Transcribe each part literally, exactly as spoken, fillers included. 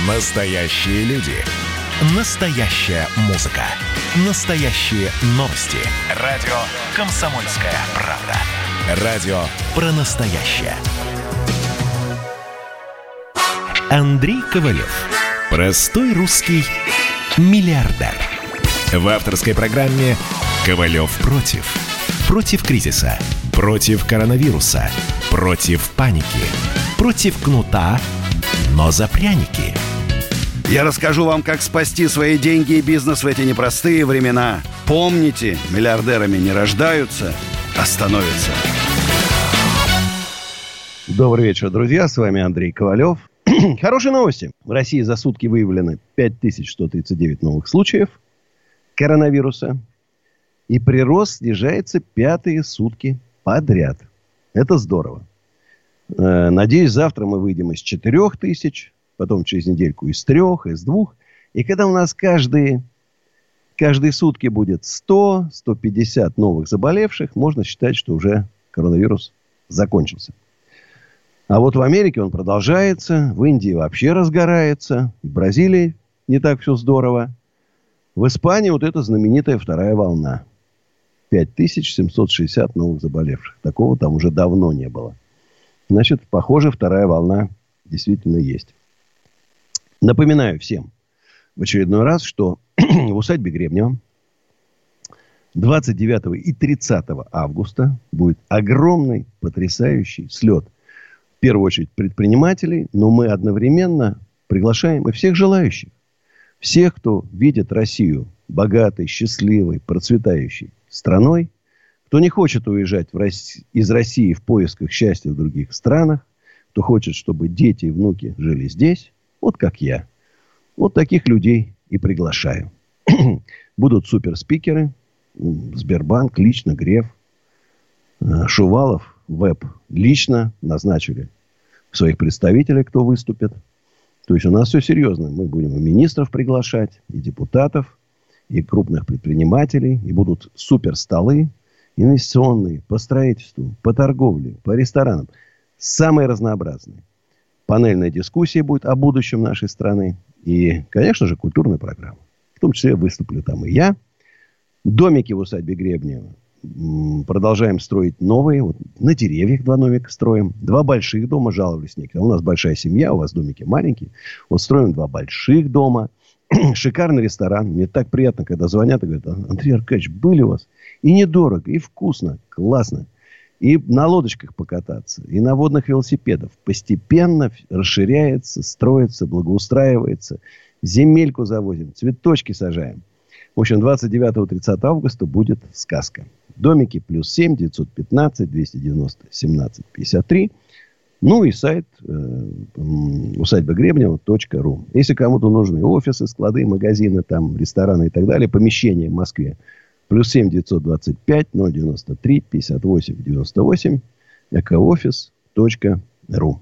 Настоящие люди. Настоящая музыка. Настоящие новости. Радио «Комсомольская правда». Радио про настоящее. Андрей Ковалев. Простой русский миллиардер. В авторской программе «Ковалев против». Против кризиса. Против коронавируса. Против паники. Против кнута, но за пряники. Я расскажу вам, как спасти свои деньги и бизнес в эти непростые времена. Помните, миллиардерами не рождаются, а становятся. Добрый вечер, друзья. С вами Андрей Ковалев. Хорошие новости. В России за сутки выявлено пять тысяч сто тридцать девять новых случаев коронавируса. И прирост снижается пятые сутки подряд. Это здорово. Надеюсь, завтра мы выйдем из четырех тысяч, потом через недельку из трех, из двух. И когда у нас каждые, каждые сутки будет сто - сто пятьдесят новых заболевших, можно считать, что уже коронавирус закончился. А вот в Америке он продолжается, в Индии вообще разгорается, в Бразилии не так все здорово. В Испании вот эта знаменитая вторая волна. пять тысяч семьсот шестьдесят новых заболевших. Такого там уже давно не было. Значит, похоже, вторая волна действительно есть. Напоминаю всем в очередной раз, что в усадьбе Гребнева двадцать девятого и тридцатого августа будет огромный, потрясающий слет. В первую очередь предпринимателей, но мы одновременно приглашаем и всех желающих. Всех, кто видит Россию богатой, счастливой, процветающей страной, кто не хочет уезжать в Россию, из России в поисках счастья в других странах, кто хочет, чтобы дети и внуки жили здесь, вот как я. Вот таких людей и приглашаю. Будут суперспикеры. Сбербанк лично, Греф, Шувалов, Веб лично назначили своих представителей, кто выступит. То есть у нас все серьезно. Мы будем и министров приглашать, и депутатов, и крупных предпринимателей. И будут суперстолы инвестиционные, по строительству, по торговле, по ресторанам. Самые разнообразные. Панельная дискуссия будет о будущем нашей страны. И, конечно же, культурная программа. В том числе выступлю там и я. Домики в усадьбе Гребнева. Продолжаем строить новые. Вот на деревьях два домика строим. Два больших дома, жаловались некоторые. У нас большая семья, у вас домики маленькие. Вот строим два больших дома. Шикарный ресторан. Мне так приятно, когда звонят и говорят: Андрей Аркадьевич, были у вас? И недорого, и вкусно, классно. И на лодочках покататься, и на водных велосипедах. Постепенно расширяется, строится, благоустраивается. Земельку завозим, цветочки сажаем. В общем, двадцать девятого - тридцатого августа будет сказка. Домики плюс семь девятьсот пятнадцать двести девяносто семнадцать пятьдесят три. Ну и сайт э, усадьба гребнева точка ру. Если кому-то нужны офисы, склады, магазины, там, рестораны и так далее, помещения в Москве. Плюс семь девятьсот двадцать пять ноль девяносто три пятьдесят восемь девяносто восемь. экоофис точка ру.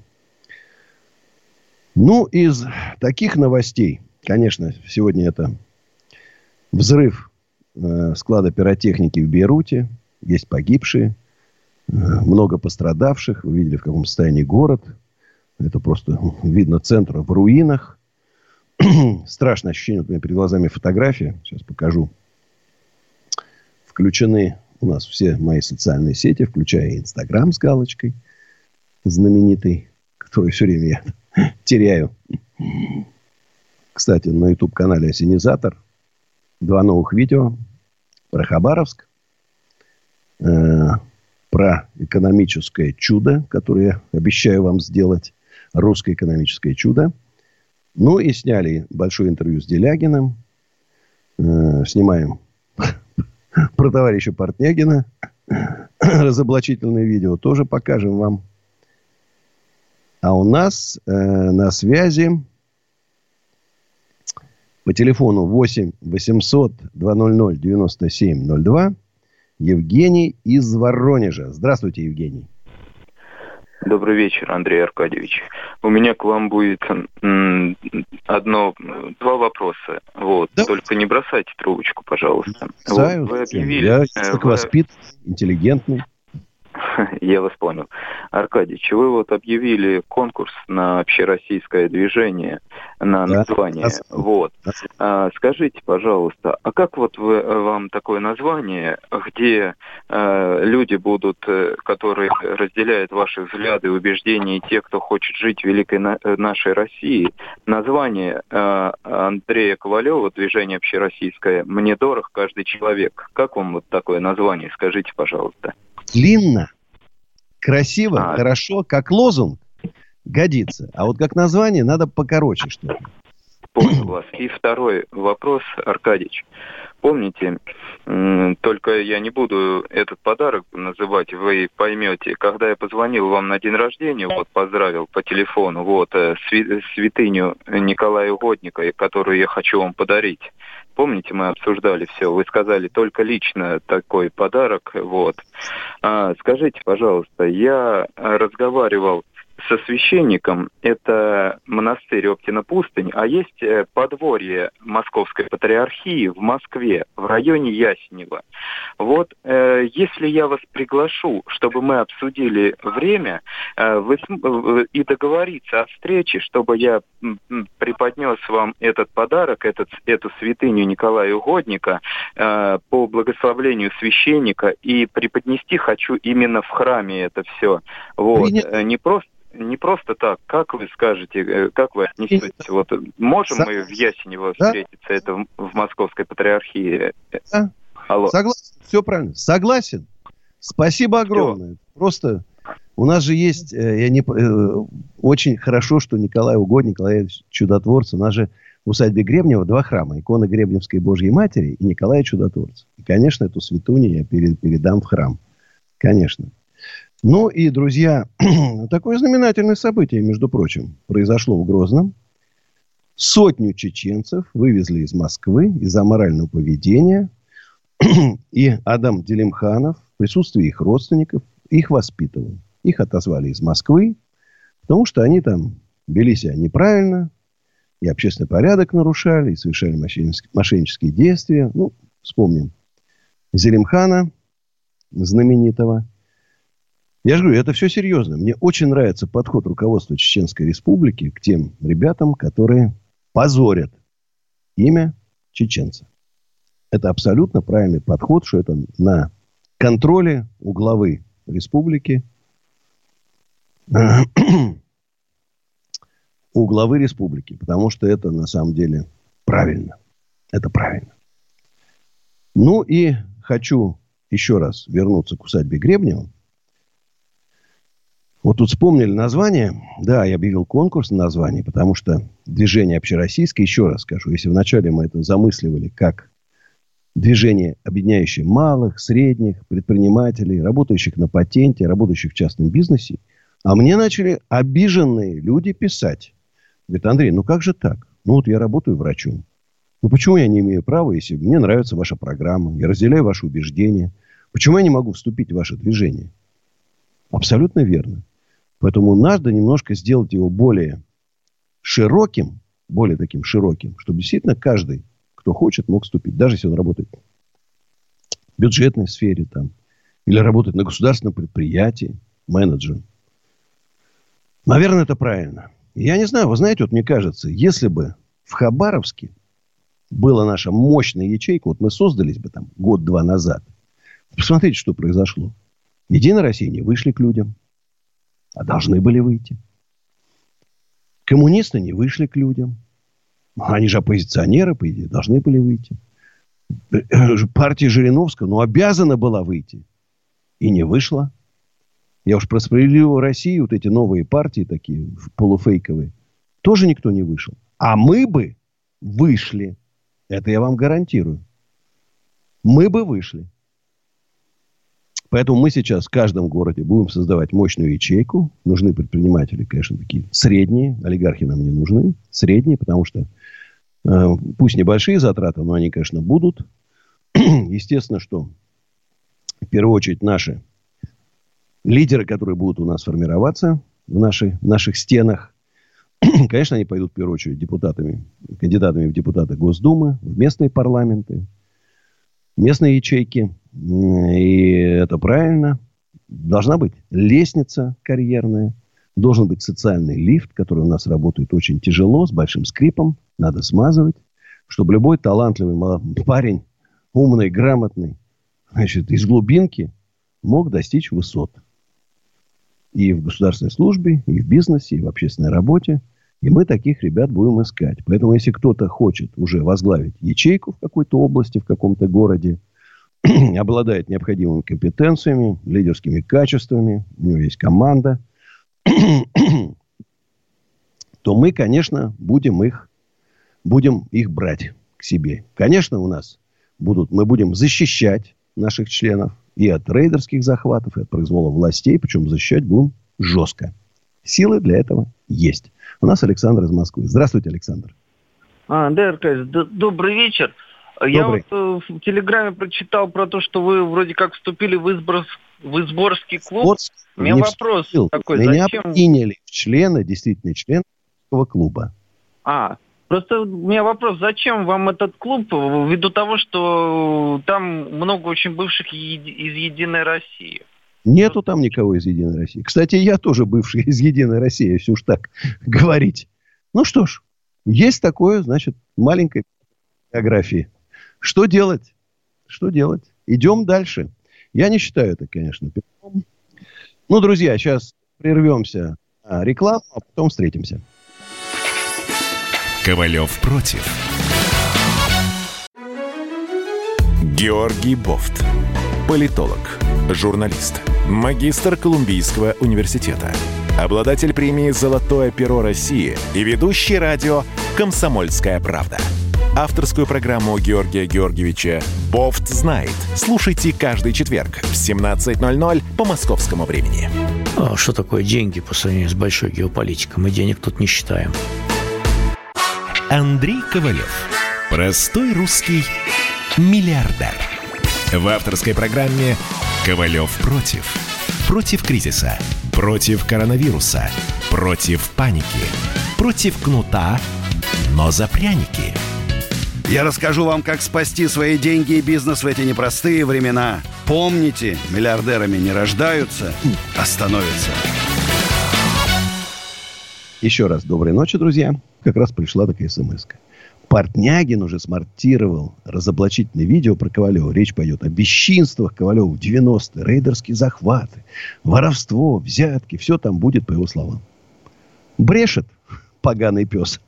Ну, из таких новостей, конечно, сегодня это взрыв э, склада пиротехники в Бейруте. Есть погибшие. Много пострадавших. Вы видели, в каком состоянии город. Это просто видно центр в руинах. Страшное ощущение. Вот у меня перед глазами фотография. Сейчас покажу. Включены у нас все мои социальные сети, включая Инстаграм с галочкой знаменитый, который все время я теряю. Кстати, на YouTube-канале «Осенизатор» два новых видео про Хабаровск. Э- Про экономическое чудо, которое я обещаю вам сделать. Русское экономическое чудо. Ну и сняли большое интервью с Делягиным. Э, снимаем про товарища Портнягина. Разоблачительное видео тоже покажем вам. А у нас э, на связи по телефону восемь восемьсот двести девяносто семь ноль два Евгений из Воронежа. Здравствуйте, Евгений. Добрый вечер, Андрей Аркадьевич. У меня к вам будет м, одно, два вопроса. Вот. Да. Только не бросайте трубочку, пожалуйста. Знаю, вот, вы объявили, я человек вы... воспитанный, интеллигентный. Я вас понял. Аркадьевич, вы вот объявили конкурс на общероссийское движение, на Да. название. Вот. А, скажите, пожалуйста, а как вот вы, вам такое название, где а, люди будут, которые разделяют ваши взгляды, убеждения, и те, кто хочет жить в великой на, нашей России, название а, Андрея Ковалева, движение общероссийское, «Мне дорог каждый человек». Как вам вот такое название? Скажите, пожалуйста. Длинно, красиво, А. хорошо, как лозунг годится. А вот как название надо покороче что-то. Понял вас. И второй вопрос, Аркадьевич. Помните, м, только я не буду этот подарок называть, вы поймете, когда я позвонил вам на день рождения, вот поздравил по телефону, вот, э, сви- святыню Николая Угодника, которую я хочу вам подарить. Помните, мы обсуждали все, вы сказали только лично такой подарок, вот. А, скажите, пожалуйста, я разговаривал со священником, это монастырь Оптина пустынь, а есть подворье Московской Патриархии в Москве, в районе Ясенева. Вот, э, если я вас приглашу, чтобы мы обсудили время э, вы, э, и договориться о встрече, чтобы я м, преподнес вам этот подарок, этот, эту святыню Николая Угодника э, по благословлению священника, и преподнести хочу именно в храме это все. Вот, Принято. не просто Не просто так. Как вы скажете, как вы отнесетесь? Вот можем Со... мы в Ясенево да? встретиться, это в, в Московской Патриархии? Да. Алло. Согласен, все правильно. Согласен. Спасибо огромное. Все. Просто у нас же есть, я не, очень хорошо, что Николай Угодник, Николай Чудотворец, у нас же в усадьбе Гребнева два храма. Икона Гребневской Божьей Матери и Николая Чудотворца. И, конечно, эту святуню я передам в храм. Конечно. Ну и, друзья, такое знаменательное событие, между прочим, произошло в Грозном. Сотню чеченцев вывезли из Москвы из-за аморального поведения. И Адам Делимханов в присутствии их родственников их воспитывал. Их отозвали из Москвы, потому что они там вели себя неправильно, и общественный порядок нарушали, и совершали мошеннические действия. Ну, вспомним Зелимхана, знаменитого. Я же говорю, это все серьезно. Мне очень нравится подход руководства Чеченской Республики к тем ребятам, которые позорят имя чеченца. Это абсолютно правильный подход, что это на контроле у главы республики. У главы республики. Потому что это на самом деле правильно. Это правильно. Ну и хочу еще раз вернуться к усадьбе Гребнева. Вот тут вспомнили название. Да, я объявил конкурс на название, потому что движение общероссийское, еще раз скажу, если вначале мы это замысливали как движение, объединяющее малых, средних предпринимателей, работающих на патенте, работающих в частном бизнесе, а мне начали обиженные люди писать. Говорит, Андрей, ну как же так? Ну вот я работаю врачом. Ну почему я не имею права, если мне нравится ваша программа, я разделяю ваши убеждения? Почему я не могу вступить в ваше движение? Абсолютно верно. Поэтому надо немножко сделать его более широким, более таким широким, чтобы действительно каждый, кто хочет, мог вступить. Даже если он работает в бюджетной сфере там, или работает на государственном предприятии, менеджером. Наверное, это правильно. Я не знаю, вы знаете, вот мне кажется, если бы в Хабаровске была наша мощная ячейка, вот мы создались бы там год-два назад, посмотрите, что произошло. Единая Россия не вышли к людям, а должны были выйти. Коммунисты не вышли к людям. Они же оппозиционеры, по идее, должны были выйти. Партия Жириновского, ну, обязана была выйти. И не вышла. Я уж про справедливую Россию, вот эти новые партии такие, полуфейковые, тоже никто не вышел. А мы бы вышли. Это я вам гарантирую. Мы бы вышли. Поэтому мы сейчас в каждом городе будем создавать мощную ячейку. Нужны предприниматели, конечно, такие средние. Олигархи нам не нужны. Средние, потому что э, пусть небольшие затраты, но они, конечно, будут. Естественно, что в первую очередь наши лидеры, которые будут у нас формироваться в, нашей, в наших стенах, конечно, они пойдут в первую очередь депутатами, кандидатами в депутаты Госдумы, в местные парламенты, местные ячейки. И это правильно. должна быть лестница карьерная, должен быть социальный лифт, который у нас работает очень тяжело, с большим скрипом, надо смазывать, чтобы любой талантливый парень, умный, грамотный, значит, из глубинки мог достичь высот. И в государственной службе, и в бизнесе, и в общественной работе. И мы таких ребят будем искать. Поэтому, если кто-то хочет уже возглавить ячейку в какой-то области, в каком-то городе, обладает необходимыми компетенциями, лидерскими качествами, у него есть команда, то мы, конечно, будем их, будем их брать к себе. Конечно, у нас будут, мы будем защищать наших членов и от рейдерских захватов, и от произвола властей, причем защищать будем жестко. Силы для этого есть. У нас Александр из Москвы. Здравствуйте, Александр. А, Андрей Аркадьевич, д- добрый вечер. Добрый. Я вот э, в Телеграме прочитал про то, что вы вроде как вступили в, избор... в Изборский клуб. Спорт У меня вопрос вступил. такой, Меня зачем... приняли в члены, действительно, член этого клуба. А, просто у меня вопрос, зачем вам этот клуб, ввиду того, что там много очень бывших е- из «Единой России». Нету там никого из «Единой России». Кстати, я тоже бывший из «Единой России», если уж так говорить. Ну что ж, есть такое, значит, маленькой биографии. Что делать? Что делать? Идем дальше. Я не считаю это, конечно, пятном. Ну, друзья, сейчас прервемся на рекламу, а потом встретимся. Ковалев против. Георгий Бофт. Политолог, журналист, магистр Колумбийского университета, обладатель премии «Золотое перо России» и ведущий радио «Комсомольская правда». Авторскую программу Георгия Георгиевича «Бофт знает». Слушайте каждый четверг в семнадцать ноль ноль по московскому времени. А что такое деньги по сравнению с большой геополитикой? Мы денег тут не считаем. Андрей Ковалев. Простой русский миллиардер. В авторской программе «Ковалев против». Против кризиса, против коронавируса, против паники, против кнута, но за пряники. Я расскажу вам, как спасти свои деньги и бизнес в эти непростые времена. Помните, миллиардерами не рождаются, а становятся. Еще раз доброй ночи, друзья. Как раз пришла такая смс-ка. Портнягин уже смонтировал разоблачительное видео про Ковалева. Речь пойдет о бесчинствах Ковалева в девяностые, рейдерские захваты, воровство, взятки. Все там будет, по его словам. Брешет поганый пес.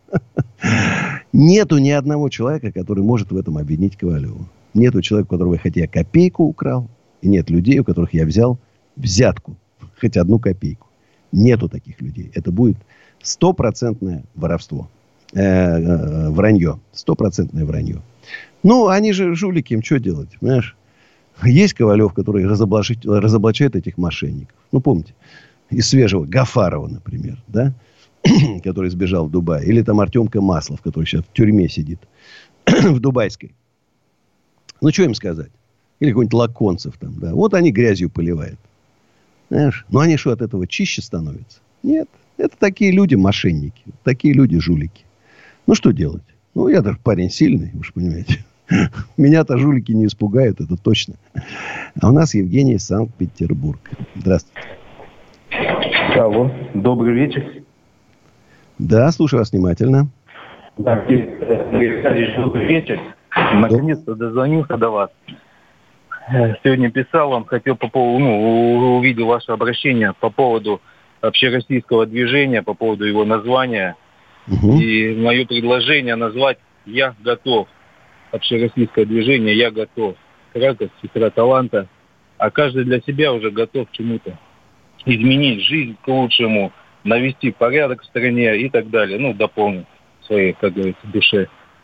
Нету ни одного человека, который может в этом обвинить Ковалева. Нету человека, у которого хотя я копейку украл, и нет людей, у которых я взял взятку, хоть одну копейку. Нету таких людей. Это будет стопроцентное воровство. Э, э, вранье. Стопроцентное вранье. Ну, они же жулики, им что делать? Понимаешь? Есть Ковалев, который разоблачит, разоблачает этих мошенников. Ну, помните, из свежего Гафарова, например, да? Который сбежал в Дубай. Или там Артемка Маслов, который сейчас в тюрьме сидит. В Дубайской. Ну, что им сказать? Или какой-нибудь Лаконцев там, да. Вот они грязью поливают. Знаешь? Но они что, от этого чище становятся? Нет. Это такие люди мошенники. Такие люди жулики. Ну, что делать? Ну, я даже парень сильный, вы же понимаете. Меня-то жулики не испугают, это точно. А у нас Евгений, Санкт-Петербург. Здравствуйте. Алло, добрый вечер. Да, слушаю вас внимательно. Да, добрый вечер. Наконец-то дозвонился до вас. Сегодня писал вам, хотел по поводу, ну, увидел ваше обращение по поводу общероссийского движения, по поводу его названия. Угу. И мое предложение назвать «Я готов». Общероссийское движение «Я готов». Краткость, сестра таланта. А каждый для себя уже готов к чему-то. Изменить жизнь к лучшему, навести порядок в стране и так далее. Ну, дополнить своей, как говорится, душе.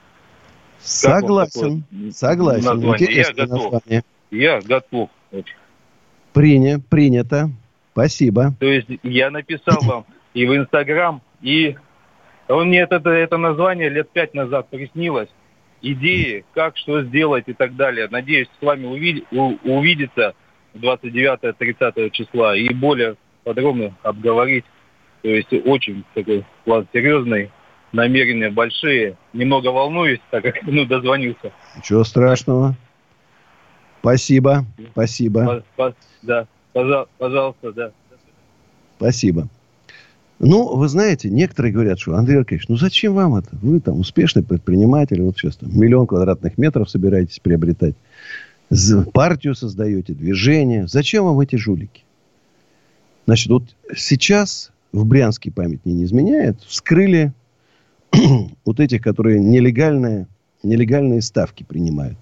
Согласен. Согласен. Название? Я готов. Название. Я готов. Приня, принято. Спасибо. То есть я написал вам и в Инстаграм, и он мне это, это название лет пять назад приснилось. Идеи, как, что сделать и так далее. Надеюсь, с вами увид, у, увидеться двадцать девятого-тридцатого числа и более подробно обговорить. То есть очень такой план серьезный, намерения большие. Немного волнуюсь, так как ну, дозвонился. Ничего страшного. Спасибо. Спасибо. По, по, да. Пожалуйста, пожалуйста, да. Спасибо. Ну, вы знаете, некоторые говорят, что, Андрей Аркадьевич, ну зачем вам это? Вы там успешный предприниматель, вот сейчас там миллион квадратных метров собираетесь приобретать, партию создаете, движение. Зачем вам эти жулики? Значит, вот сейчас в Брянске, память мне не изменяет, вскрыли вот этих, которые нелегальные, нелегальные ставки принимают.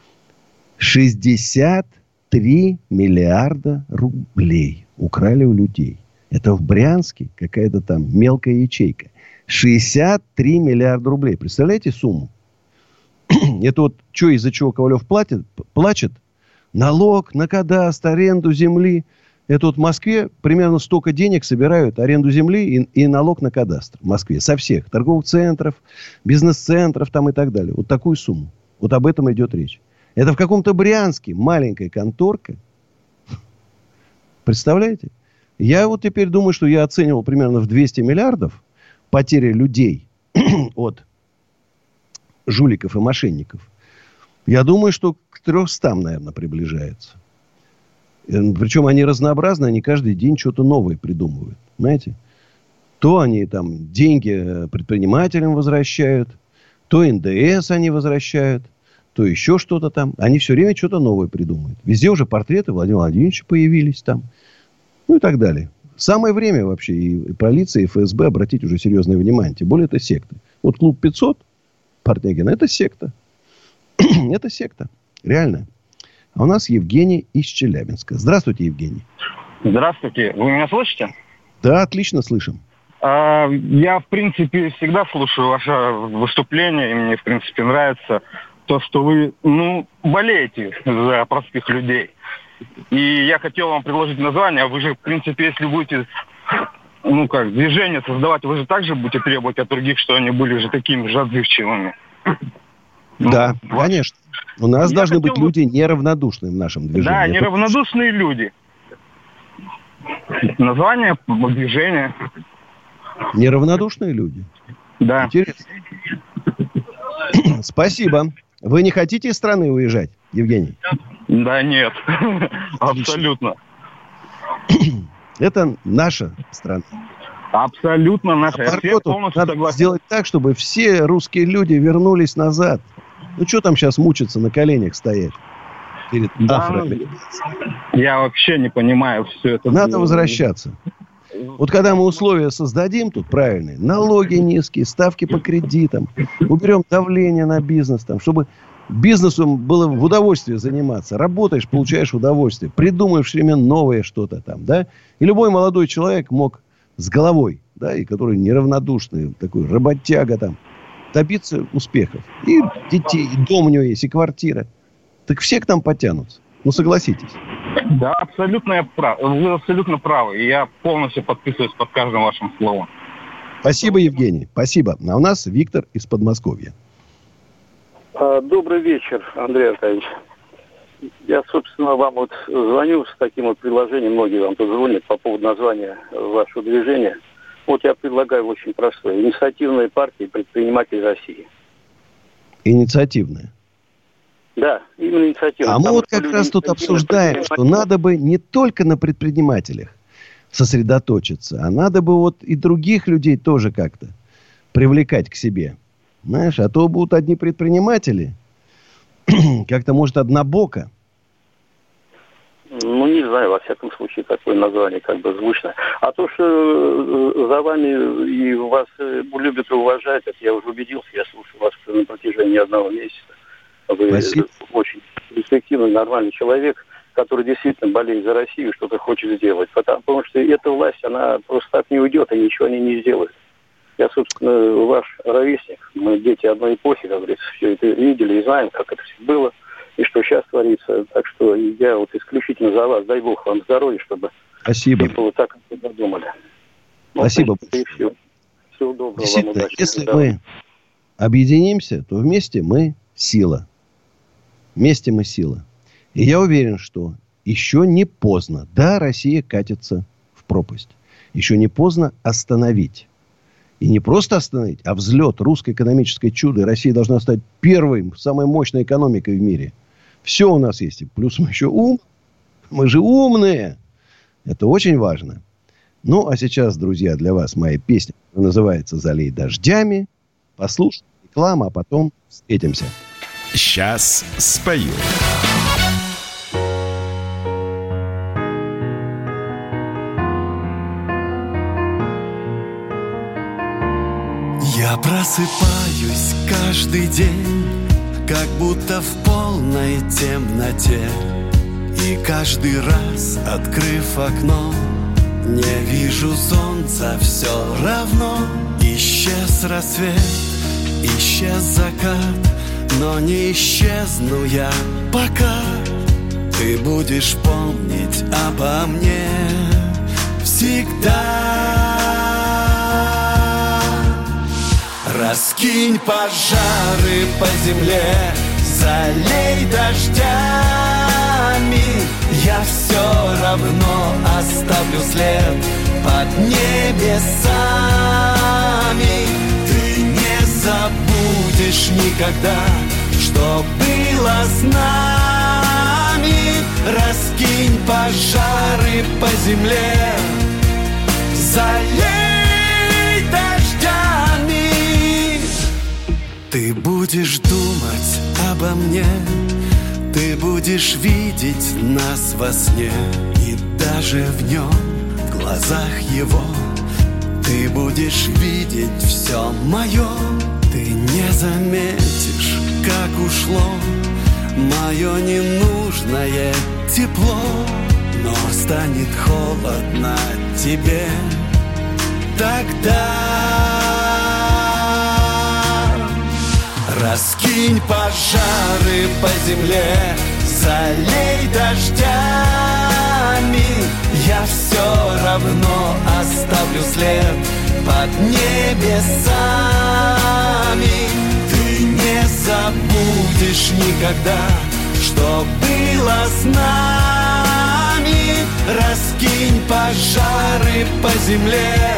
шестьдесят три миллиарда рублей украли у людей. Это в Брянске какая-то там мелкая ячейка. шестьдесят три миллиарда рублей. Представляете сумму? Это вот что, из-за чего Ковалев платит, плачет? Налог на кадастр, аренду земли. Это вот в Москве примерно столько денег собирают аренду земли и, и налог на кадастр. В Москве. Со всех торговых центров, бизнес-центров там и так далее. Вот такую сумму. Вот об этом идет речь. Это в каком-то Брянске маленькая конторка. Представляете? Я вот теперь думаю, что я оценивал примерно в двести миллиардов потери людей от жуликов и мошенников. Я думаю, что к трехстам, наверное, приближается. Причем они разнообразны, они каждый день что-то новое придумывают. Знаете? То они там деньги предпринимателям возвращают, то эн дэ эс они возвращают, то еще что-то там. Они все время что-то новое придумывают. Везде уже портреты Владимира Владимировича появились там. Ну и так далее. Самое время вообще и полиция, и эф эс бэ обратить уже серьезное внимание. Тем более это секты. Вот клуб пятьсот Портнягина — это секта. Это секта. Реально. А у нас Евгений из Челябинска. Здравствуйте, Евгений. Здравствуйте. Вы меня слышите? Да, отлично слышим. А, я, в принципе, всегда слушаю ваше выступление. И мне, в принципе, нравится то, что вы, ну, болеете за простых людей. И я хотел вам предложить название. Вы же, в принципе, если будете, ну как, движение создавать, вы же также будете требовать от других, что они были же такими же отзывчивыми. Да, ну, конечно. У нас я должны хотел... быть люди неравнодушные в нашем движении. Да, Это... неравнодушные люди. Название движения. Неравнодушные люди? Да. Интересно. Спасибо. Вы не хотите из страны уезжать, Евгений? Да нет, абсолютно. Это наша страна. Абсолютно наша. А Я полностью надо согласен. Сделать так, чтобы все русские люди вернулись назад. Ну, что там сейчас мучиться, на коленях стоять перед да, афроамериканцами? Я вообще не понимаю все это. Надо возвращаться. Вот когда мы условия создадим тут правильные, налоги низкие, ставки по кредитам, уберем давление на бизнес, там, чтобы бизнесом было в удовольствие заниматься. Работаешь, получаешь удовольствие. Придумаешь все время новое что-то там, да? И любой молодой человек мог с головой, да, и который неравнодушный, такой работяга там, добиться успехов. И детей, и дом у него есть, и квартира. Так все к нам потянутся. Ну, согласитесь. Да, абсолютно я прав. Вы абсолютно правы. И я полностью подписываюсь под каждым вашим словом. Спасибо, Евгений. Спасибо. А у нас Виктор из Подмосковья. Добрый вечер, Андрей Аркадьевич. Я, собственно, вам вот звоню с таким вот предложением. Многие вам позвонят по поводу названия вашего движения. Вот я предлагаю очень простое. Инициативная партия предпринимателей России. Инициативная? Да, именно инициативная. А мы вот как раз тут обсуждаем, что надо бы не только на предпринимателях сосредоточиться, а надо бы вот и других людей тоже как-то привлекать к себе. Знаешь, а то будут одни предприниматели, как-то, может, однобоко. Ну, не знаю, во всяком случае, такое название как бы звучно. А то, что за вами и вас любят и уважают, это я уже убедился, я слушаю вас на протяжении одного месяца. Вы Спасибо. Очень перспективный, нормальный человек, который действительно болеет за Россию и что-то хочет сделать. Потому, потому что эта власть, она просто так не уйдет, и ничего они не сделают. Я, собственно, ваш ровесник, мы дети одной эпохи, как говорится, все это видели и знаем, как это все было, и что сейчас творится. Так что я вот исключительно за вас, дай Бог вам здоровья, чтобы Спасибо. все было так, как вы задумали. Спасибо. Ну, и все. Всего доброго вам, Действительно, удачи. если Да. мы объединимся, то вместе мы сила. Вместе мы сила. И я уверен, что еще не поздно. Да, Россия катится в пропасть. Еще не поздно остановить. И не просто остановить, а взлет, русское экономическое чудо. И Россия должна стать первой, самой мощной экономикой в мире. Все у нас есть. И плюс мы еще ум. Мы же умные. Это очень важно. Ну, а сейчас, друзья, для вас моя песня называется «Залей дождями». Послушайте рекламу, а потом встретимся. Сейчас спою. Я просыпаюсь каждый день, как будто в полной темноте. И каждый раз, открыв окно, не вижу солнца, все равно. Исчез рассвет, исчез закат, но не исчезну я, пока ты будешь помнить обо мне всегда. Раскинь пожары по земле, залей дождями, я все равно оставлю след под небесами. Ты не забудешь никогда, что было с нами. Раскинь пожары по земле, залей дождями. Ты будешь думать обо мне, ты будешь видеть нас во сне, и даже в нем, в глазах его, ты будешь видеть все мое. Ты не заметишь, как ушло мое ненужное тепло, но станет холодно тебе тогда. Раскинь пожары по земле, залей дождями, я все равно оставлю след под небесами. Ты не забудешь никогда, что было с нами. Раскинь пожары по земле,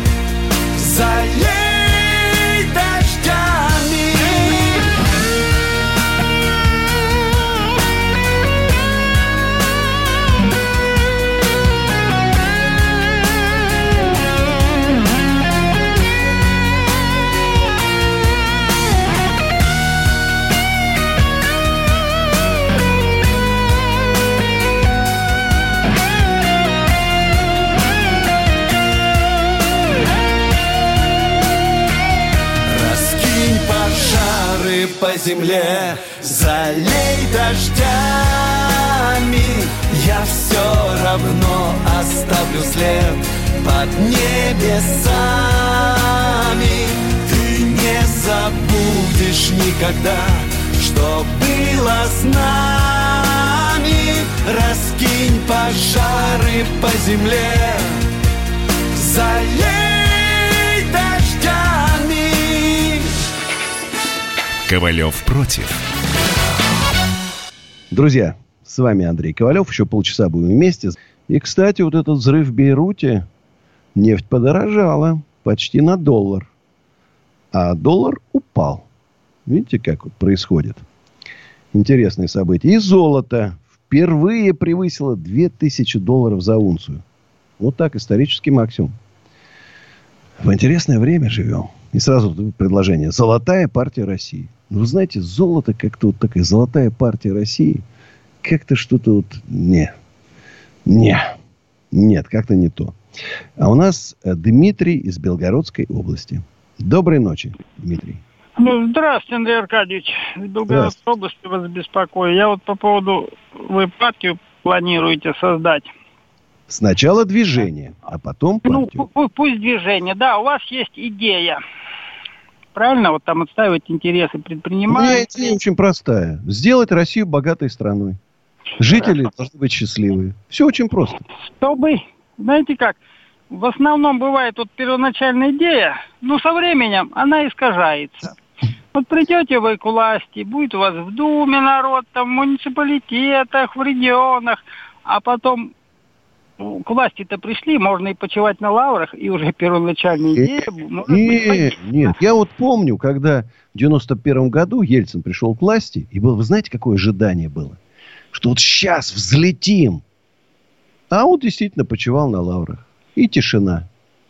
залей дождями. По земле, залей дождями, я все равно оставлю след под небесами. Ты не забудешь никогда, что было с нами. Раскинь пожары по земле, залей дождями. Ковалев против. Друзья, с вами Андрей Ковалев. Еще полчаса будем вместе. И, кстати, вот этот взрыв в Бейруте, нефть подорожала почти на доллар. А доллар упал. Видите, как вот происходит? Интересные события. И золото впервые превысило две тысячи долларов за унцию. Вот так, исторический максимум. В интересное время живем. И сразу предложение. Золотая партия России. Ну, вы знаете, золото как-то вот такая золотая партия России. Как-то что-то вот... Не. Не. Нет, как-то не то. А у нас Дмитрий из Белгородской области. Доброй ночи, Дмитрий. Ну, здравствуйте, Андрей Аркадьевич. Из Белгородской области вас беспокою. Я вот по поводу... Вы партию планируете создать? Сначала движение, а потом партию. Ну, пусть движение. Да, у вас есть идея. Правильно? Вот там отстаивать интересы предпринимателей. Идея очень простая. Сделать Россию богатой страной. Жители должны быть счастливые. Все очень просто. Чтобы, знаете как, в основном бывает вот первоначальная идея, но со временем она искажается. Вот придете вы к власти, будет у вас в Думе народ, там, в муниципалитетах, в регионах, а потом к власти-то пришли, можно и почивать на лаврах, и уже первоначальная идея... Нет, нет, я вот помню, когда в девяносто первом году Ельцин пришел к власти, и было, вы знаете, какое ожидание было? Что вот сейчас взлетим. А он действительно почивал на лаврах. И тишина.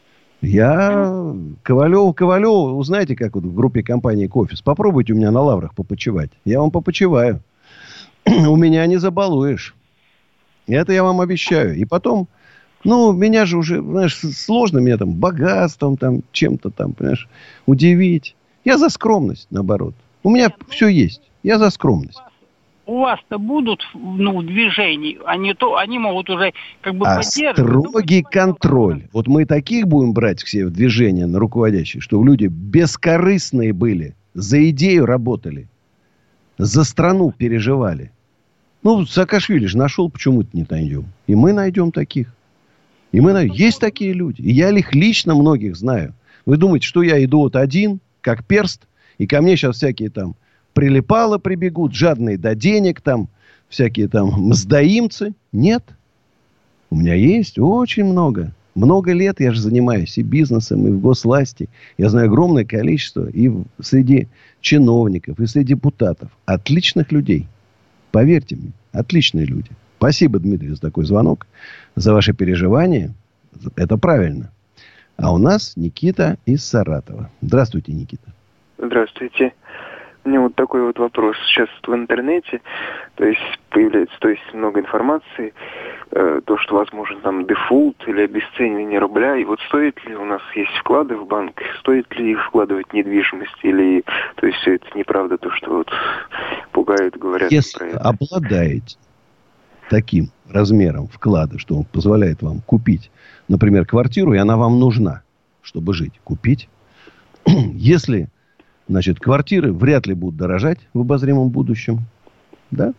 Я Ковалеву, Ковалеву, узнаете, как вот в группе компании «Кофис». Попробуйте у меня на лаврах попочивать. Я вам попочиваю. У меня не забалуешь. Это я вам обещаю. И потом, ну, меня же уже, знаешь, сложно меня там богатством, там, чем-то там, понимаешь, удивить. Я за скромность, наоборот. У меня все есть. Я за скромность. У вас-то будут, ну, движения, они, то, они могут уже как бы а поддерживать. Строгий контроль. Вот мы таких будем брать к себе в движение на руководящие, чтобы люди бескорыстные были, за идею работали, за страну переживали. Ну, Саакашвили же нашел, почему-то не найдем. И мы найдем таких. И мы найдем. Есть такие люди. И я их лично многих знаю. Вы думаете, что я иду вот один, как перст, и ко мне сейчас всякие там прилипалы прибегут, жадные до денег, там, всякие там мздоимцы. Нет. У меня есть очень много. Много лет я же занимаюсь и бизнесом, и в госвласти. Я знаю огромное количество и среди чиновников, и среди депутатов. Отличных людей. Поверьте мне, отличные люди. Спасибо, Дмитрий, за такой звонок, за ваши переживания. Это правильно. А у нас Никита из Саратова. Здравствуйте, Никита. Здравствуйте. У меня вот такой вот вопрос. Сейчас в интернете, то есть появляется, то есть много информации, э, то, что возможен там дефолт или обесценивание рубля. И вот стоит ли у нас есть вклады в банк, стоит ли их вкладывать в недвижимость, или, то есть все это неправда, то, что вот пугают, говорят Если про это. обладаете таким размером вклада, что он позволяет вам купить, например, квартиру, и она вам нужна, чтобы жить, купить. Если, значит, квартиры вряд ли будут дорожать в обозримом будущем, да?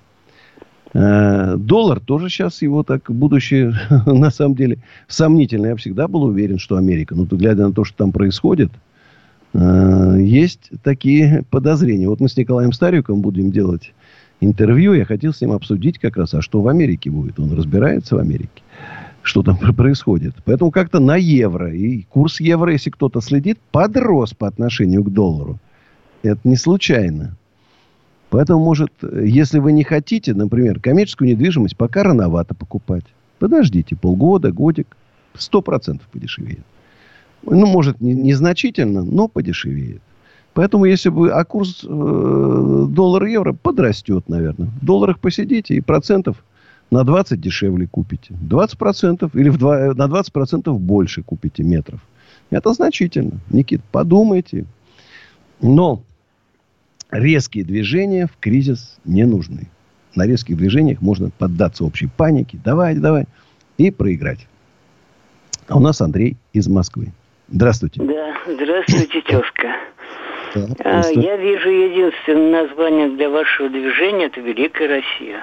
Э, доллар тоже сейчас его так, будущее, на самом деле, сомнительно. Я всегда был уверен, что Америка, ну, глядя на то, что там происходит, э, есть такие подозрения. Вот мы с Николаем Стариком будем делать интервью. Я хотел с ним обсудить как раз, а что в Америке будет. Он разбирается в Америке, что там происходит. Поэтому как-то на евро. И курс евро, если кто-то следит, подрос по отношению к доллару. Это не случайно. Поэтому, может, если вы не хотите, например, коммерческую недвижимость пока рановато покупать. Подождите полгода, годик. Сто процентов подешевеет. Ну, может, не, незначительно, но подешевеет. Поэтому, если вы... А курс э, доллар-евро подрастет, наверное. В долларах посидите и процентов на двадцать дешевле купите. двадцать процентов или в два, на двадцать процентов больше купите метров. Это значительно. Никит, подумайте. Но резкие движения в кризис не нужны. На резких движениях можно поддаться общей панике. Давай, давай. И проиграть. А у нас Андрей из Москвы. Здравствуйте. Да, здравствуйте, тезка. Да, а, я вижу единственное название для вашего движения – это «Великая Россия».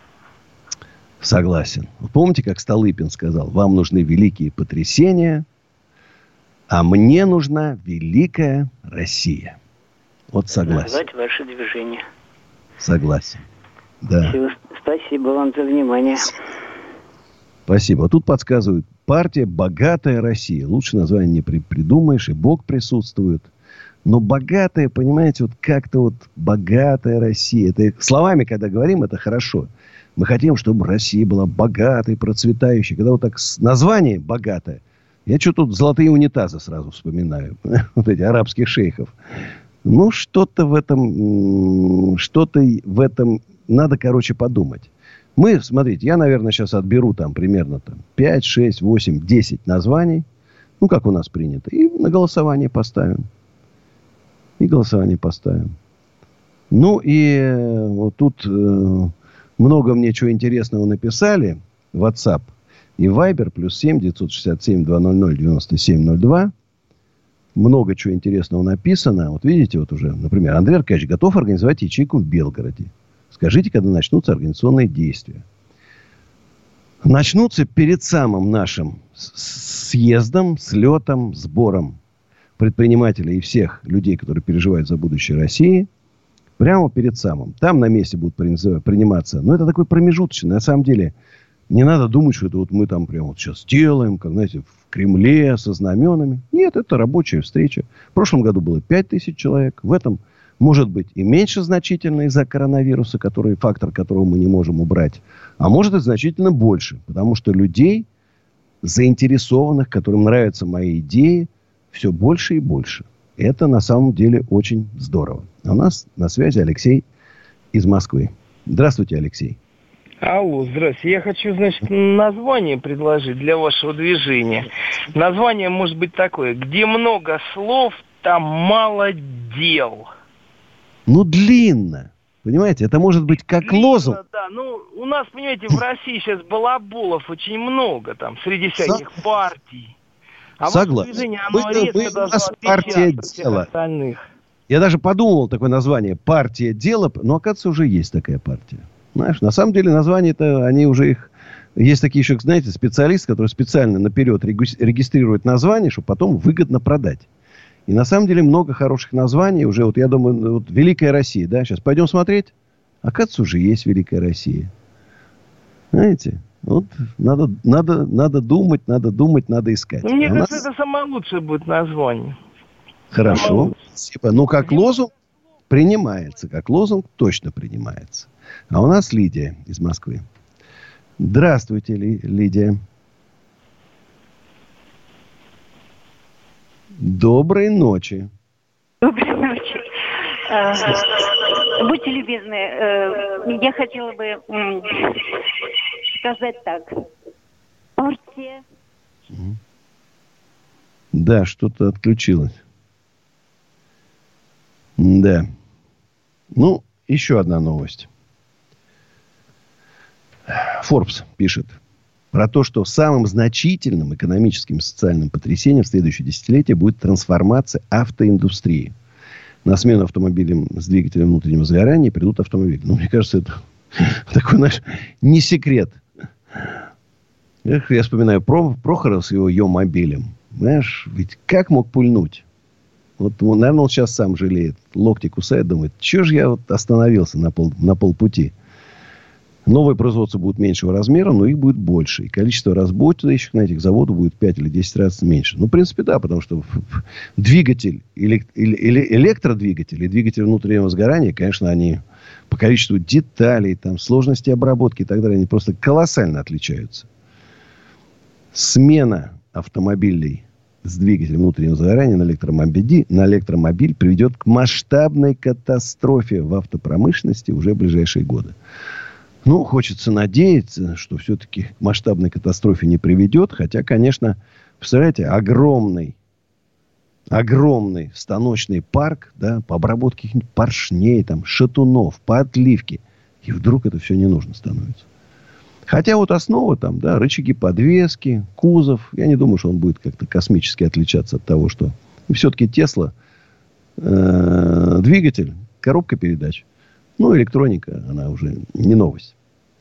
Согласен. Помните, как Столыпин сказал? Вам нужны великие потрясения, а мне нужна великая Россия. Вот согласен. Назвать ваше движение. Согласен. Да. Все, спасибо вам за внимание. Спасибо. Тут подсказывают. Партия «Богатая Россия». Лучше название не при- придумаешь, и Бог присутствует. Но богатая, понимаете, вот как-то вот богатая Россия. Это словами, когда говорим, это хорошо. Мы хотим, чтобы Россия была богатой, процветающей. Когда вот так название «богатое», я что тут золотые унитазы сразу вспоминаю. Вот эти арабских шейхов. Ну, что-то в этом... Что-то в этом... Надо, короче, подумать. Мы, смотрите, я, наверное, сейчас отберу там примерно там, пять, шесть, восемь, десять названий. Ну, как у нас принято. И на голосование поставим. И голосование поставим. Ну, и э, вот тут э, много мне чего интересного написали. WhatsApp и Viber. Плюс семь девятьсот шестьдесят семь двести девяносто семь ноль два. Много чего интересного написано. Вот видите, вот уже, например, Андрей Аркадьевич готов организовать ячейку в Белгороде. Скажите, когда начнутся организационные действия. Начнутся перед самым нашим съездом, слетом, сбором предпринимателей и всех людей, которые переживают за будущее России. Прямо перед самым. Там на месте будут приниматься. Но это такой промежуточный. На самом деле, не надо думать, что это вот мы там прямо вот сейчас делаем, как, знаете, в Кремле со знаменами. Нет, это рабочая встреча. В прошлом году было пять тысяч человек. В этом Может быть, и меньше значительно из-за коронавируса, который, фактор которого мы не можем убрать. А может и значительно больше. Потому что людей, заинтересованных, которым нравятся мои идеи, все больше и больше. Это на самом деле очень здорово. А у нас на связи Алексей из Москвы. Здравствуйте, Алексей. Алло, здрасте. Я хочу, значит, название предложить для вашего движения. Название может быть такое: где много слов, там мало дел. Ну, длинно. Понимаете, это может быть как Длинно, лозунг. Да, ну, у нас, понимаете, в России сейчас балаболов очень много там, среди всяких Со... партий. А Согласен. ваше движение, оно мы, резко мы, должно партия отличаться от всех дела. остальных. Я даже подумал такое название «Партия дела», но, оказывается, уже есть такая партия. Знаешь, на самом деле название-то, они уже их... Есть такие еще, знаете, специалисты, которые специально наперед регистрируют название, чтобы потом выгодно продать. И на самом деле много хороших названий. Уже, вот я думаю, вот «Великая Россия», да, сейчас пойдем смотреть. Оказывается, уже есть «Великая Россия». Знаете, вот надо, надо, надо думать, надо думать, надо искать. Ну, мне а кажется, нас... это самое лучшее будет название. Хорошо, спасибо. Ну, как лозунг принимается. Как лозунг точно принимается. А у нас Лидия из Москвы. Здравствуйте, Ли- Лидия. Доброй ночи. Доброй ночи. Э, Будьте любезны, э, я хотела бы м, сказать так. Партия. Да, что-то отключилось. Да. Ну, еще одна новость. Forbes пишет про то, что самым значительным экономическим и социальным потрясением в следующее десятилетие будет трансформация автоиндустрии. На смену автомобилям с двигателем внутреннего сгорания придут автомобили. Ну, мне кажется, это такой наш не секрет. Эх, я вспоминаю Про, Прохорова с его Йо-мобилем. Знаешь, ведь как мог пульнуть? Вот, наверное, он сейчас сам жалеет. Локти кусает, думает, что же я вот остановился на, пол, на полпути. Новые производства будут меньшего размера, но их будет больше. И количество работающих на этих заводах будет пять или десять раз меньше. Ну, в принципе, да, потому что двигатель, или, или электродвигатель и двигатель внутреннего сгорания, конечно, они по количеству деталей, там, сложности обработки и так далее, они просто колоссально отличаются. Смена автомобилей с двигателем внутреннего сгорания на электромобиль, на электромобиль приведет к масштабной катастрофе в автопромышленности уже в ближайшие годы. Ну, хочется надеяться, что все-таки к масштабной катастрофе не приведет. Хотя, конечно, представляете, огромный, огромный станочный парк, да, по обработке поршней, там, шатунов, по отливке. И вдруг это все не нужно становится. Хотя вот основа там, да, рычаги подвески, кузов. Я не думаю, что он будет как-то космически отличаться от того, что... Все-таки Тесла, э, двигатель, коробка передач. Ну, электроника, она уже не новость.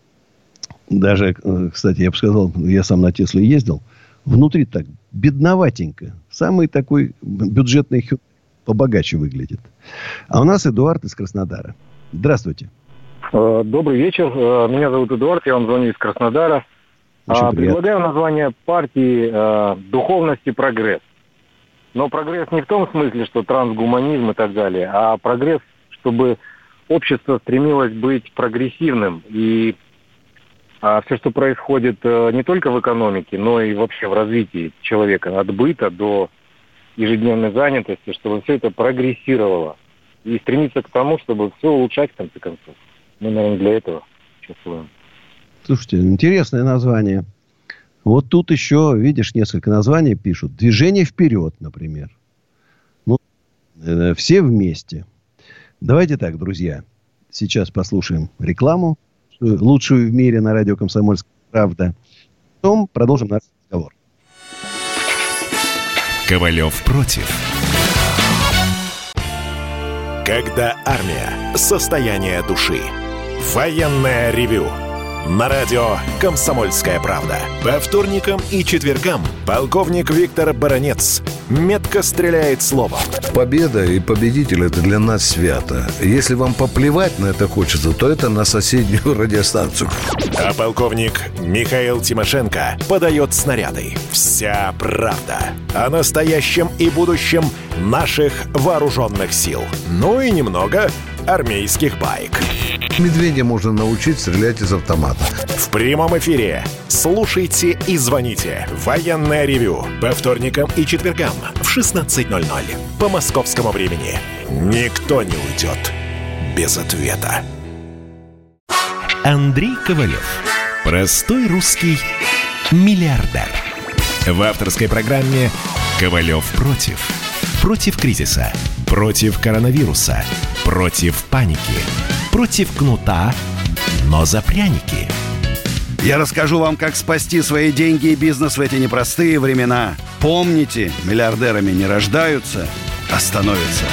Даже, кстати, я бы сказал, я сам на Тесле ездил. Внутри так бедноватенько. Самый такой бюджетный Hyundai побогаче выглядит. А у нас Эдуард из Краснодара. Здравствуйте. Добрый вечер. Меня зовут Эдуард, я вам звоню из Краснодара. Очень Предлагаю приятно. Название партии «Духовность и прогресс». Но прогресс не в том смысле, что трансгуманизм и так далее, а прогресс, чтобы общество стремилось быть прогрессивным. И а, все, что происходит а, не только в экономике, но и вообще в развитии человека, от быта до ежедневной занятости, чтобы все это прогрессировало. И стремиться к тому, чтобы все улучшать в конце концов. Мы, наверное, для этого чувствуем. Слушайте, интересное название. Вот тут еще, видишь, несколько названий пишут. «Движение вперед», например. Ну, э, все вместе. Давайте так, друзья. Сейчас послушаем рекламу. Лучшую в мире на радио «Комсомольская правда». Потом продолжим наш разговор. Ковалев против. Когда армия. Состояние души. Военное ревю. на радио «Комсомольская правда». По вторникам и четвергам полковник Виктор Баранец метко стреляет словом. Победа и победитель – это для нас свято. Если вам поплевать на это хочется, то это на соседнюю радиостанцию. А полковник Михаил Тимошенко подает снаряды. Вся правда о настоящем и будущем наших вооруженных сил. Ну и немного армейских баек. Медведя можно научить стрелять из автомата. В прямом эфире слушайте и звоните. Военное ревю по вторникам и четвергам в шестнадцать ноль ноль по московскому времени. Никто не уйдет без ответа. Андрей Ковалев. Простой русский миллиардер. В авторской программе «Ковалев против». Против кризиса, против коронавируса, против паники, против кнута, но за пряники. Я расскажу вам, как спасти свои деньги и бизнес в эти непростые времена. Помните, миллиардерами не рождаются, а становятся.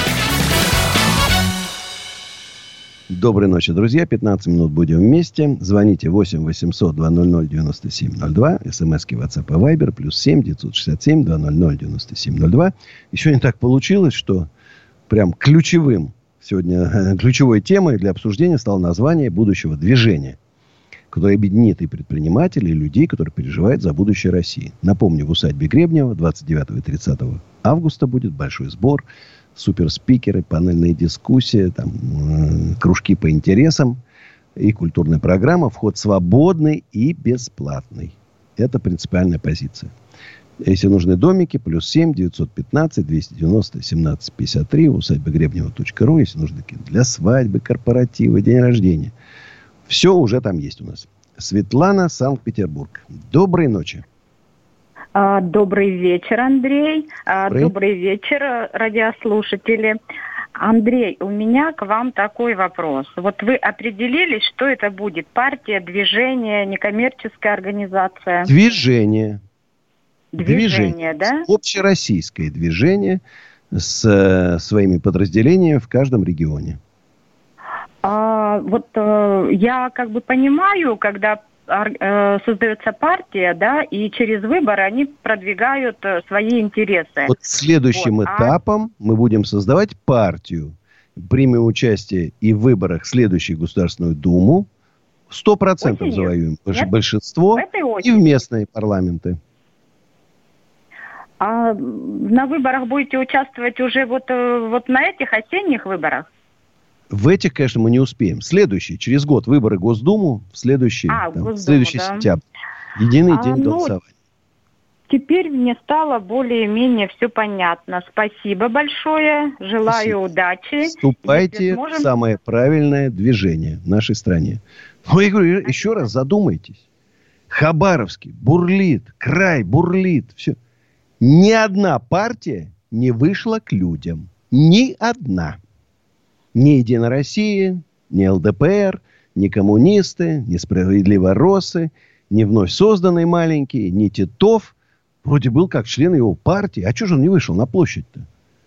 Доброй ночи, друзья. пятнадцать минут будем вместе. Звоните восемь восемьсот два ноль ноль девяносто семь ноль два. СМСки WhatsApp и Viber. Плюс семь девятьсот шестьдесят семь два ноль ноль девяносто семь ноль два. Еще не так получилось, что прям ключевым сегодня, ключевой темой для обсуждения стало название будущего движения, которое объединит и предпринимателей, и людей, которые переживают за будущее России. Напомню, в усадьбе Гребнева двадцать девятого и тридцатого августа будет большой сбор. Суперспикеры, панельные дискуссии, там, э, кружки по интересам и культурная программа. Вход свободный и бесплатный. Это принципиальная позиция. Если нужны домики, плюс семь девятьсот пятнадцать двести девяносто семнадцать пятьдесят три, усадьба гребнева точка ру. Если нужны для свадьбы, корпоратива, день рождения. Все уже там есть у нас. Светлана, Санкт-Петербург. Доброй ночи. Добрый вечер, Андрей. Добрый, Добрый вечер, радиослушатели. Андрей, у меня к вам такой вопрос. Вот вы определились, что это будет? Партия, движение, некоммерческая организация? Движение. Движение, да? Общероссийское движение с э, своими подразделениями в каждом регионе. А, вот э, я как бы понимаю, когда создается партия, да, и через выборы они продвигают свои интересы. Вот следующим вот, этапом а... мы будем создавать партию. Примем участие и в выборах в следующую Государственную Думу. Сто процентов завоюем Нет? большинство и в местные парламенты. А на выборах будете участвовать уже вот, вот на этих осенних выборах? В этих, конечно, мы не успеем. Следующий, через год выборы в Госдуму, в следующий, а, там, Госдуму, следующий да. сентябрь. Единый а, день ну, голосования. Теперь мне стало более-менее все понятно. Спасибо большое. Желаю Спасибо. удачи. Вступайте сможем... в самое правильное движение в нашей стране. Ну, я говорю, еще раз задумайтесь. Хабаровский бурлит, край бурлит. Все. Ни одна партия не вышла к людям. Ни одна. Ни Единая Россия, ни эл дэ пэ эр, ни коммунисты, ни справедливоросы, ни вновь созданный маленький, ни Титов. Вроде был как член его партии. А что же он не вышел на площадь-то?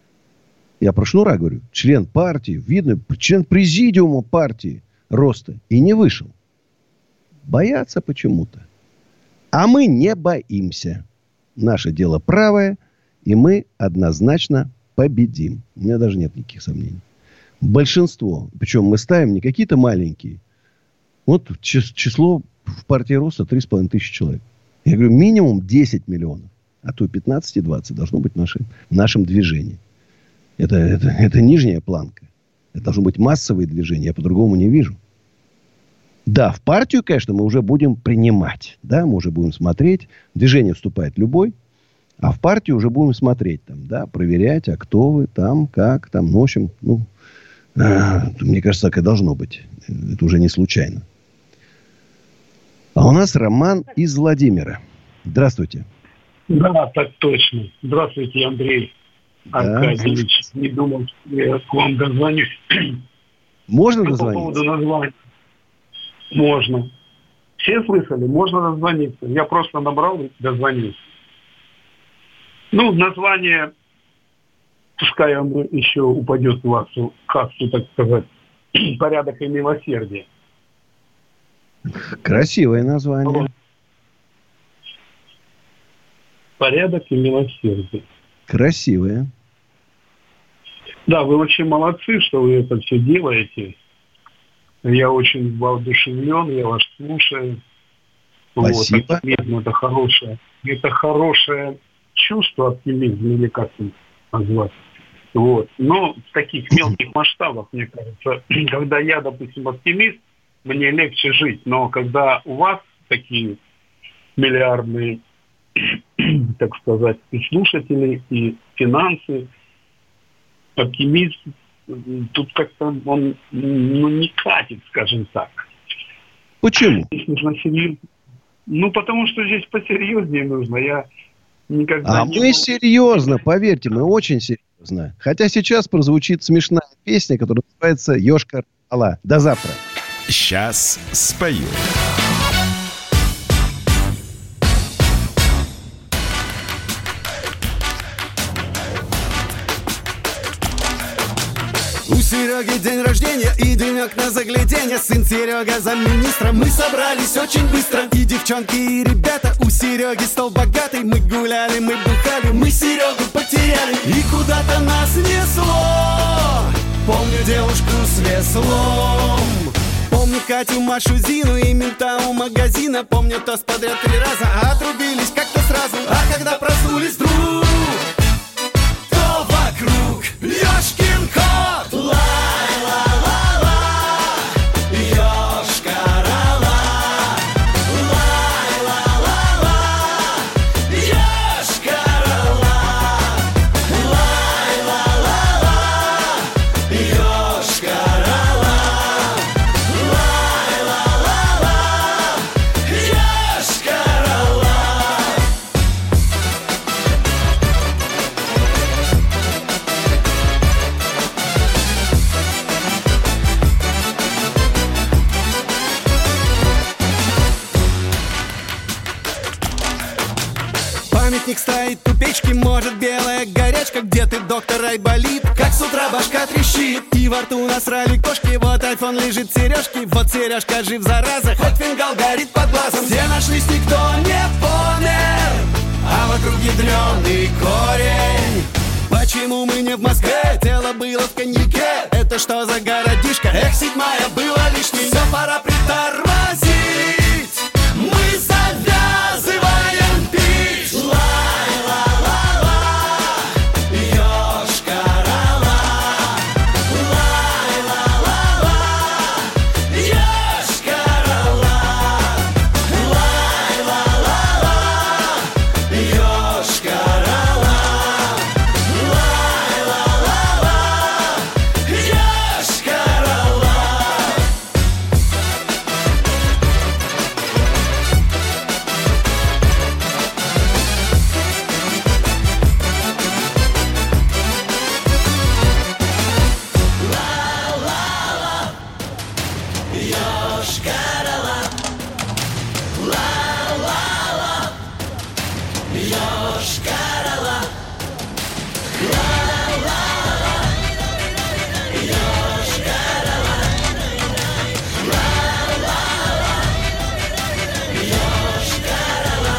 Я про Шнура говорю. Член партии, видно, член президиума партии роста. И не вышел. Боятся почему-то. А мы не боимся. Наше дело правое. И мы однозначно победим. У меня даже нет никаких сомнений. Большинство. Причем мы ставим не какие-то маленькие. Вот число в партии роста три с половиной тысячи человек. Я говорю, минимум десять миллионов. А то пятнадцать и двадцать должно быть в нашем, в нашем движении. Это, это, это нижняя планка. Это должно быть массовое движение. Я по-другому не вижу. Да, в партию, конечно, мы уже будем принимать. Да, мы уже будем смотреть. В движение вступает любой. А в партию уже будем смотреть. Там, да, проверять, а кто вы, там, как, там. Ну, в общем, ну, э, мне кажется, так и должно быть. Это уже не случайно. А у нас Роман из Владимира. Здравствуйте. Да, так точно. Здравствуйте, Андрей да. Аркадьевич. Не думал, что я к вам дозвонюсь. Можно по дозвониться? По поводу названия. Можно. Все слышали? Можно дозвониться. Я просто набрал и дозвонился. Ну, название, пускай оно еще упадет в вашу кассу, так сказать, порядок и милосердие. Красивое название. Порядок и милосердие. Красивое. Да, вы очень молодцы, что вы это все делаете. Я очень воодушевлен, я вас слушаю. Спасибо. Вот, оптимизм, это хорошее, это хорошее чувство, оптимизм, или как это назвать. Вот. Но в таких мелких масштабах, мне кажется, когда я, допустим, оптимист, мне легче жить. Но когда у вас такие миллиардные, так сказать, и слушатели, и финансы, оптимизм, тут как-то он ну, не катит, скажем так. Почему? Здесь нужно серьезно. Ну, потому что здесь посерьезнее нужно. Я никогда а не... мы серьезно, поверьте, мы очень серьезно. Хотя сейчас прозвучит смешная песня, которая называется «Йошкар-Ола». До завтра. Сейчас спою. У Сереги день рождения и денек на загляденье. Сын Серега замминистра. Мы собрались очень быстро. И девчонки, и ребята. У Сереги стол богатый. Мы гуляли, мы бухали. Мы Серегу потеряли. И куда-то нас несло. Помню девушку с веслом. Помню Катю, Машу, Зину и мента у магазина. Помню тост подряд три раза. Отрубились как-то сразу. А когда проснулись вдруг, то вокруг Ёшкин кот. Лай-ла-ла-ла, Ёшкар-Ола. Лай-ла-ла-ла, Ёшкар-Ола. Лай-ла-ла-ла, Ёшкар-Ола. Лай-ла-ла-ла, Ёшкар-Ола. Памятник стоит у печки, может белая горячка. Где ты, доктор, айболит? Как с утра башка трещит. И во рту насрали кошки. Вот айфон лежит сережки. Вот сережка жив, зараза. Хоть фингал горит под глазом. Все нашлись, никто не помер. А вокруг ядреный корень. Почему мы не в Москве? Тело было в коньяке. Это что за городишко? Эх, седьмая была лишней. Все, пора притормозить. Мы завязываем пить. Лай-ла-ла-ла, Ёшкар-Ола. Лай-ла-ла-ла, Ёшкар-Ола. Лай-ла-ла-ла, Ёшкар-Ола. Лай-ла-ла-ла, Ёшкар-Ола. Ла-ла-ла, Ёшкар-Ола. Ла-ла-ла, Ёшкар-Ола. Ла-ла-ла, Ёшкар-Ола. Ла-ла-ла, Ёшкар-Ола.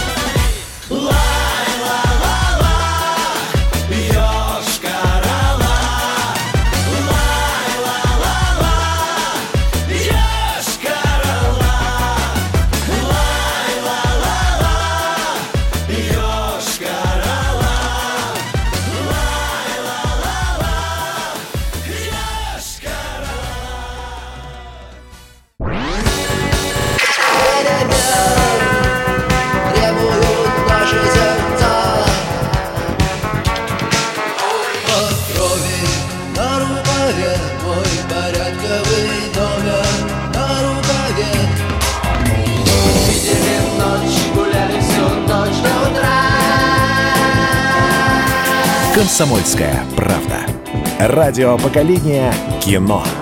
Лай-ла-ла-ла, Ёшкар-Ола. Лай-ла-ла-ла, Ёшкар-Ола. Лай-ла-ла-ла, Ёшкар-Ола. Требуют наши сердца. По крови на рукаве мой порядковый номер на рукаве. Видели ночь, гуляли всю ночь до утра. «Комсомольская правда». Радио поколения кино.